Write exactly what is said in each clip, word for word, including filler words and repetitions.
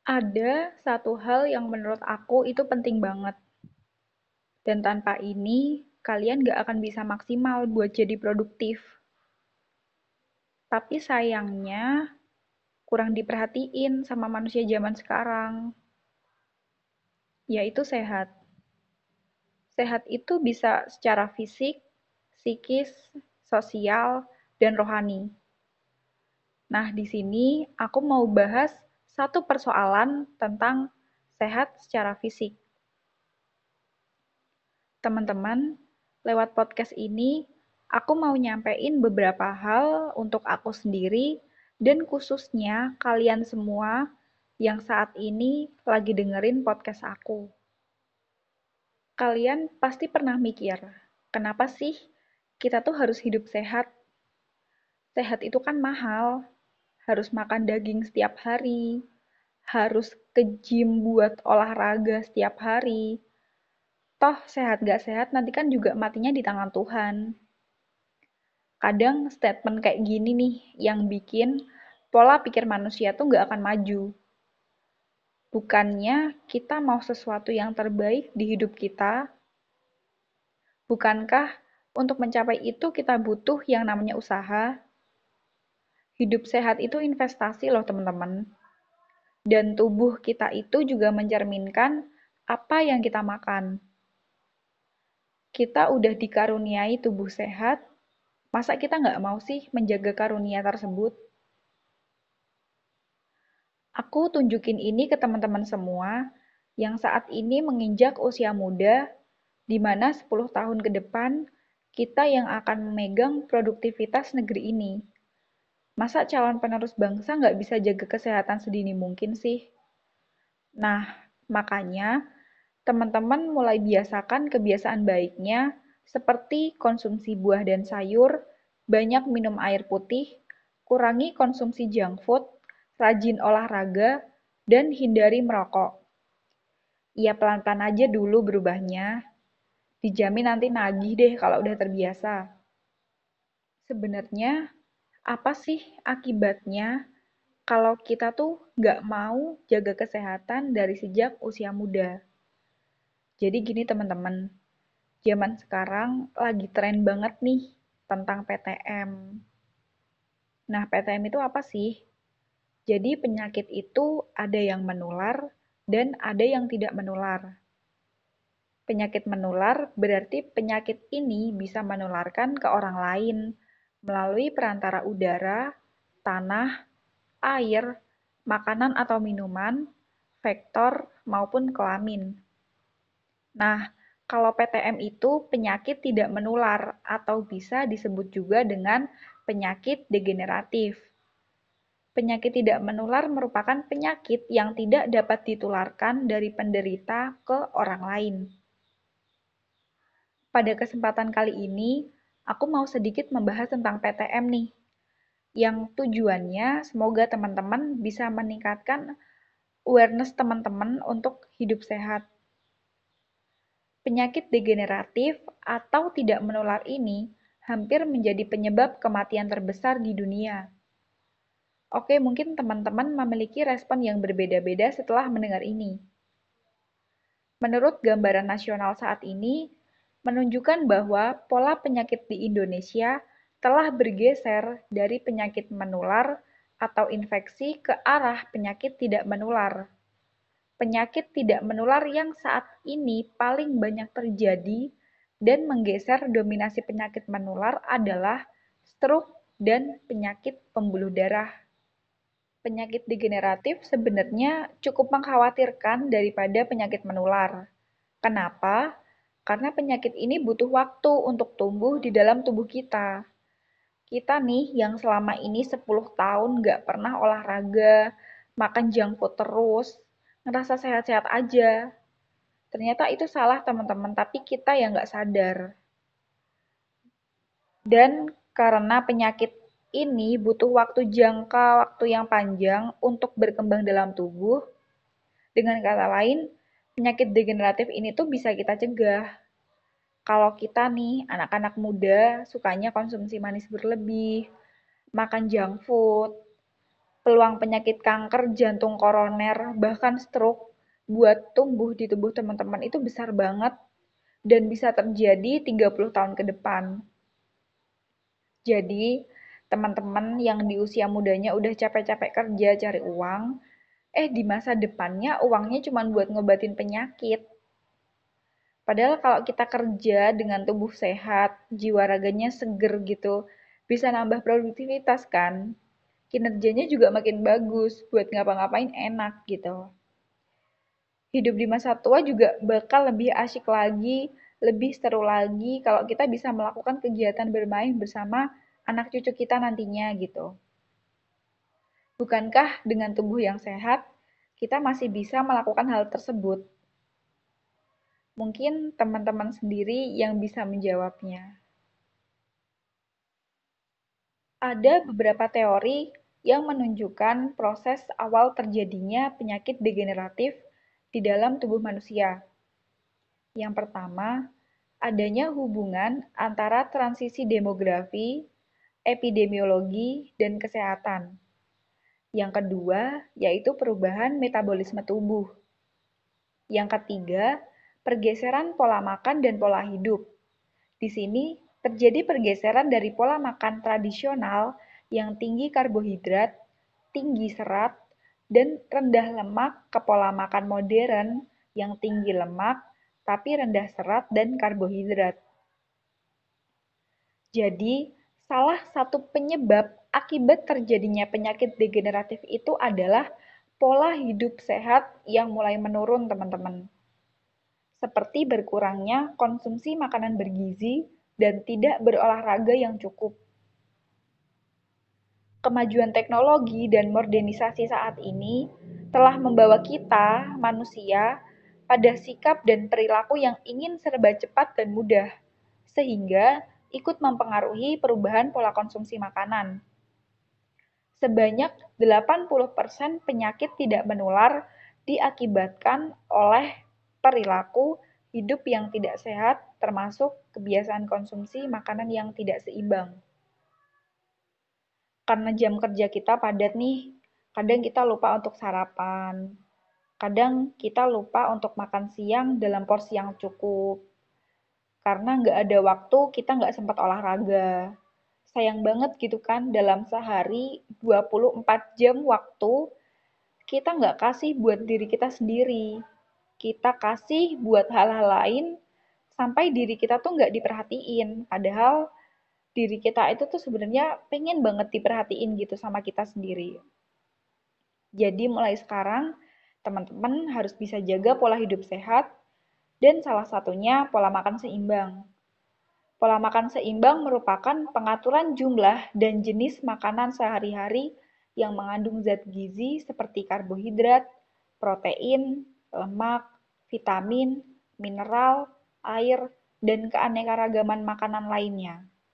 Ada satu hal yang menurut aku itu penting banget. Dan tanpa ini, kalian gak akan bisa maksimal buat jadi produktif. Tapi sayangnya, kurang diperhatiin sama manusia zaman sekarang, yaitu sehat. Sehat itu bisa secara fisik, psikis, sosial, dan rohani. Nah, di sini aku mau bahas satu persoalan tentang sehat secara fisik. Teman-teman, lewat podcast ini, aku mau nyampein beberapa hal untuk aku sendiri dan khususnya kalian semua yang saat ini lagi dengerin podcast aku. Kalian pasti pernah mikir, kenapa sih kita tuh harus hidup sehat? Sehat itu kan mahal, harus makan daging setiap hari, harus ke gym buat olahraga setiap hari. Toh sehat gak sehat nanti kan juga matinya di tangan Tuhan. Kadang statement kayak gini nih yang bikin pola pikir manusia tuh nggak akan maju. Bukannya kita mau sesuatu yang terbaik di hidup kita, bukankah untuk mencapai itu kita butuh yang namanya usaha? Hidup sehat itu investasi loh teman-teman. Dan tubuh kita itu juga mencerminkan apa yang kita makan. Kita udah dikaruniai tubuh sehat, masa kita nggak mau sih menjaga karunia tersebut? Aku tunjukin ini ke teman-teman semua yang saat ini menginjak usia muda, di mana sepuluh tahun ke depan kita yang akan memegang produktivitas negeri ini. Masa calon penerus bangsa nggak bisa jaga kesehatan sedini mungkin sih? Nah, makanya teman-teman mulai biasakan kebiasaan baiknya seperti konsumsi buah dan sayur, banyak minum air putih, kurangi konsumsi junk food, rajin olahraga, dan hindari merokok. Ya pelan-pelan aja dulu berubahnya, dijamin nanti nagih deh kalau udah terbiasa. Sebenarnya apa sih akibatnya kalau kita tuh nggak mau jaga kesehatan dari sejak usia muda? Jadi gini teman-teman, zaman sekarang lagi tren banget nih tentang P T M. Nah, P T M itu apa sih? Jadi penyakit itu ada yang menular dan ada yang tidak menular. Penyakit menular berarti penyakit ini bisa menularkan ke orang lain melalui perantara udara, tanah, air, makanan atau minuman, vektor, maupun kelamin. Nah, kalau P T M itu penyakit tidak menular atau bisa disebut juga dengan penyakit degeneratif. Penyakit tidak menular merupakan penyakit yang tidak dapat ditularkan dari penderita ke orang lain. Pada kesempatan kali ini, aku mau sedikit membahas tentang P T M nih, yang tujuannya semoga teman-teman bisa meningkatkan awareness teman-teman untuk hidup sehat. Penyakit degeneratif atau tidak menular ini hampir menjadi penyebab kematian terbesar di dunia. Oke, mungkin teman-teman memiliki respon yang berbeda-beda setelah mendengar ini. Menurut gambaran nasional saat ini, menunjukkan bahwa pola penyakit di Indonesia telah bergeser dari penyakit menular atau infeksi ke arah penyakit tidak menular. Penyakit tidak menular yang saat ini paling banyak terjadi dan menggeser dominasi penyakit menular adalah stroke dan penyakit pembuluh darah. Penyakit degeneratif sebenarnya cukup mengkhawatirkan daripada penyakit menular. Kenapa? Karena penyakit ini butuh waktu untuk tumbuh di dalam tubuh kita. Kita nih yang selama ini sepuluh tahun nggak pernah olahraga, makan junk food terus, ngerasa sehat-sehat aja. Ternyata itu salah teman-teman, tapi kita yang nggak sadar. Dan karena penyakit ini butuh waktu jangka waktu yang panjang untuk berkembang dalam tubuh, dengan kata lain, penyakit degeneratif ini tuh bisa kita cegah. Kalau kita nih, anak-anak muda, sukanya konsumsi manis berlebih, makan junk food, Peluang penyakit kanker, jantung koroner, bahkan stroke buat tumbuh di tubuh teman-teman itu besar banget dan bisa terjadi tiga puluh tahun ke depan. Jadi, teman-teman yang di usia mudanya udah capek-capek kerja cari uang, eh di masa depannya uangnya cuma buat ngobatin penyakit. Padahal kalau kita kerja dengan tubuh sehat, jiwa raganya seger gitu, bisa nambah produktivitas kan? Kinerjanya juga makin bagus, buat ngapa-ngapain enak gitu. Hidup di masa tua juga bakal lebih asyik lagi, lebih seru lagi kalau kita bisa melakukan kegiatan bermain bersama anak cucu kita nantinya gitu. Bukankah dengan tubuh yang sehat, kita masih bisa melakukan hal tersebut? Mungkin teman-teman sendiri yang bisa menjawabnya. Ada beberapa teori yang menunjukkan proses awal terjadinya penyakit degeneratif di dalam tubuh manusia. Yang pertama, adanya hubungan antara transisi demografi, epidemiologi, dan kesehatan. Yang kedua, yaitu perubahan metabolisme tubuh. Yang ketiga, pergeseran pola makan dan pola hidup. Di sini terjadi pergeseran dari pola makan tradisional yang tinggi karbohidrat, tinggi serat, dan rendah lemak ke pola makan modern yang tinggi lemak tapi rendah serat dan karbohidrat. Jadi, salah satu penyebab akibat terjadinya penyakit degeneratif itu adalah pola hidup sehat yang mulai menurun, teman-teman. Seperti berkurangnya konsumsi makanan bergizi dan tidak berolahraga yang cukup. Kemajuan teknologi dan modernisasi saat ini telah membawa kita, manusia, pada sikap dan perilaku yang ingin serba cepat dan mudah, sehingga ikut mempengaruhi perubahan pola konsumsi makanan. Sebanyak delapan puluh persen penyakit tidak menular diakibatkan oleh perilaku hidup yang tidak sehat, termasuk kebiasaan konsumsi makanan yang tidak seimbang. Karena jam kerja kita padat nih, kadang kita lupa untuk sarapan, kadang kita lupa untuk makan siang dalam porsi yang cukup, karena nggak ada waktu, kita nggak sempat olahraga. Sayang banget gitu kan, dalam sehari dua puluh empat jam waktu, kita nggak kasih buat diri kita sendiri. Kita kasih buat hal-hal lain, sampai diri kita tuh nggak diperhatiin. Padahal diri kita itu tuh sebenarnya pengen banget diperhatiin gitu sama kita sendiri. Jadi mulai sekarang, teman-teman harus bisa jaga pola hidup sehat, dan salah satunya pola makan seimbang. Pola makan seimbang merupakan pengaturan jumlah dan jenis makanan sehari-hari yang mengandung zat gizi seperti karbohidrat, protein, lemak, vitamin, mineral, air, dan keanekaragaman makanan lainnya.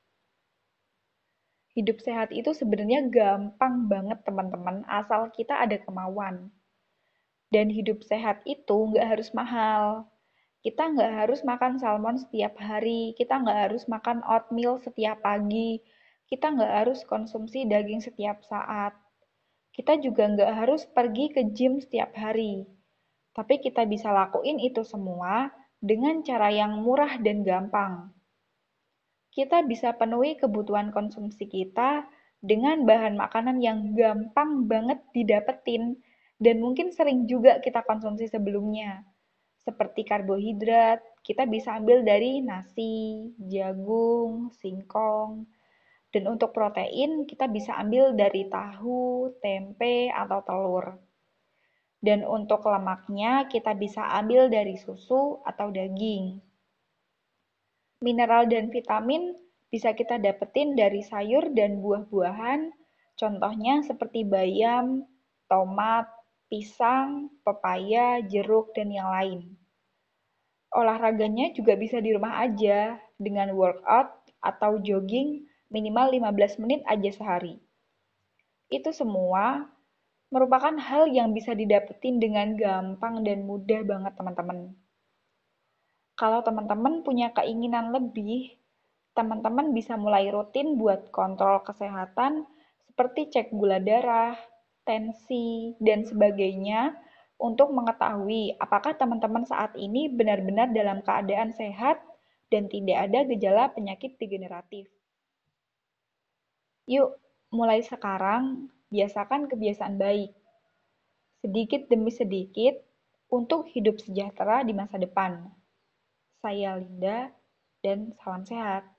Hidup sehat itu sebenarnya gampang banget teman-teman, asal kita ada kemauan. Dan hidup sehat itu nggak harus mahal. Kita nggak harus makan salmon setiap hari, kita nggak harus makan oatmeal setiap pagi, kita nggak harus konsumsi daging setiap saat. Kita juga nggak harus pergi ke gym setiap hari. Tapi kita bisa lakuin itu semua dengan cara yang murah dan gampang. Kita bisa penuhi kebutuhan konsumsi kita dengan bahan makanan yang gampang banget didapetin dan mungkin sering juga kita konsumsi sebelumnya. Seperti karbohidrat, kita bisa ambil dari nasi, jagung, singkong. Dan untuk protein, kita bisa ambil dari tahu, tempe, atau telur. Dan untuk lemaknya, kita bisa ambil dari susu atau daging. Mineral dan vitamin bisa kita dapetin dari sayur dan buah-buahan, contohnya seperti bayam, tomat, pisang, pepaya, jeruk, dan yang lain. Olahraganya juga bisa di rumah aja dengan workout atau jogging minimal lima belas menit aja sehari. Itu semua merupakan hal yang bisa didapetin dengan gampang dan mudah banget teman-teman. Kalau teman-teman punya keinginan lebih, teman-teman bisa mulai rutin buat kontrol kesehatan seperti cek gula darah, tensi, dan sebagainya untuk mengetahui apakah teman-teman saat ini benar-benar dalam keadaan sehat dan tidak ada gejala penyakit degeneratif. Yuk, mulai sekarang biasakan kebiasaan baik, sedikit demi sedikit, untuk hidup sejahtera di masa depan. Saya Linda, dan salam sehat.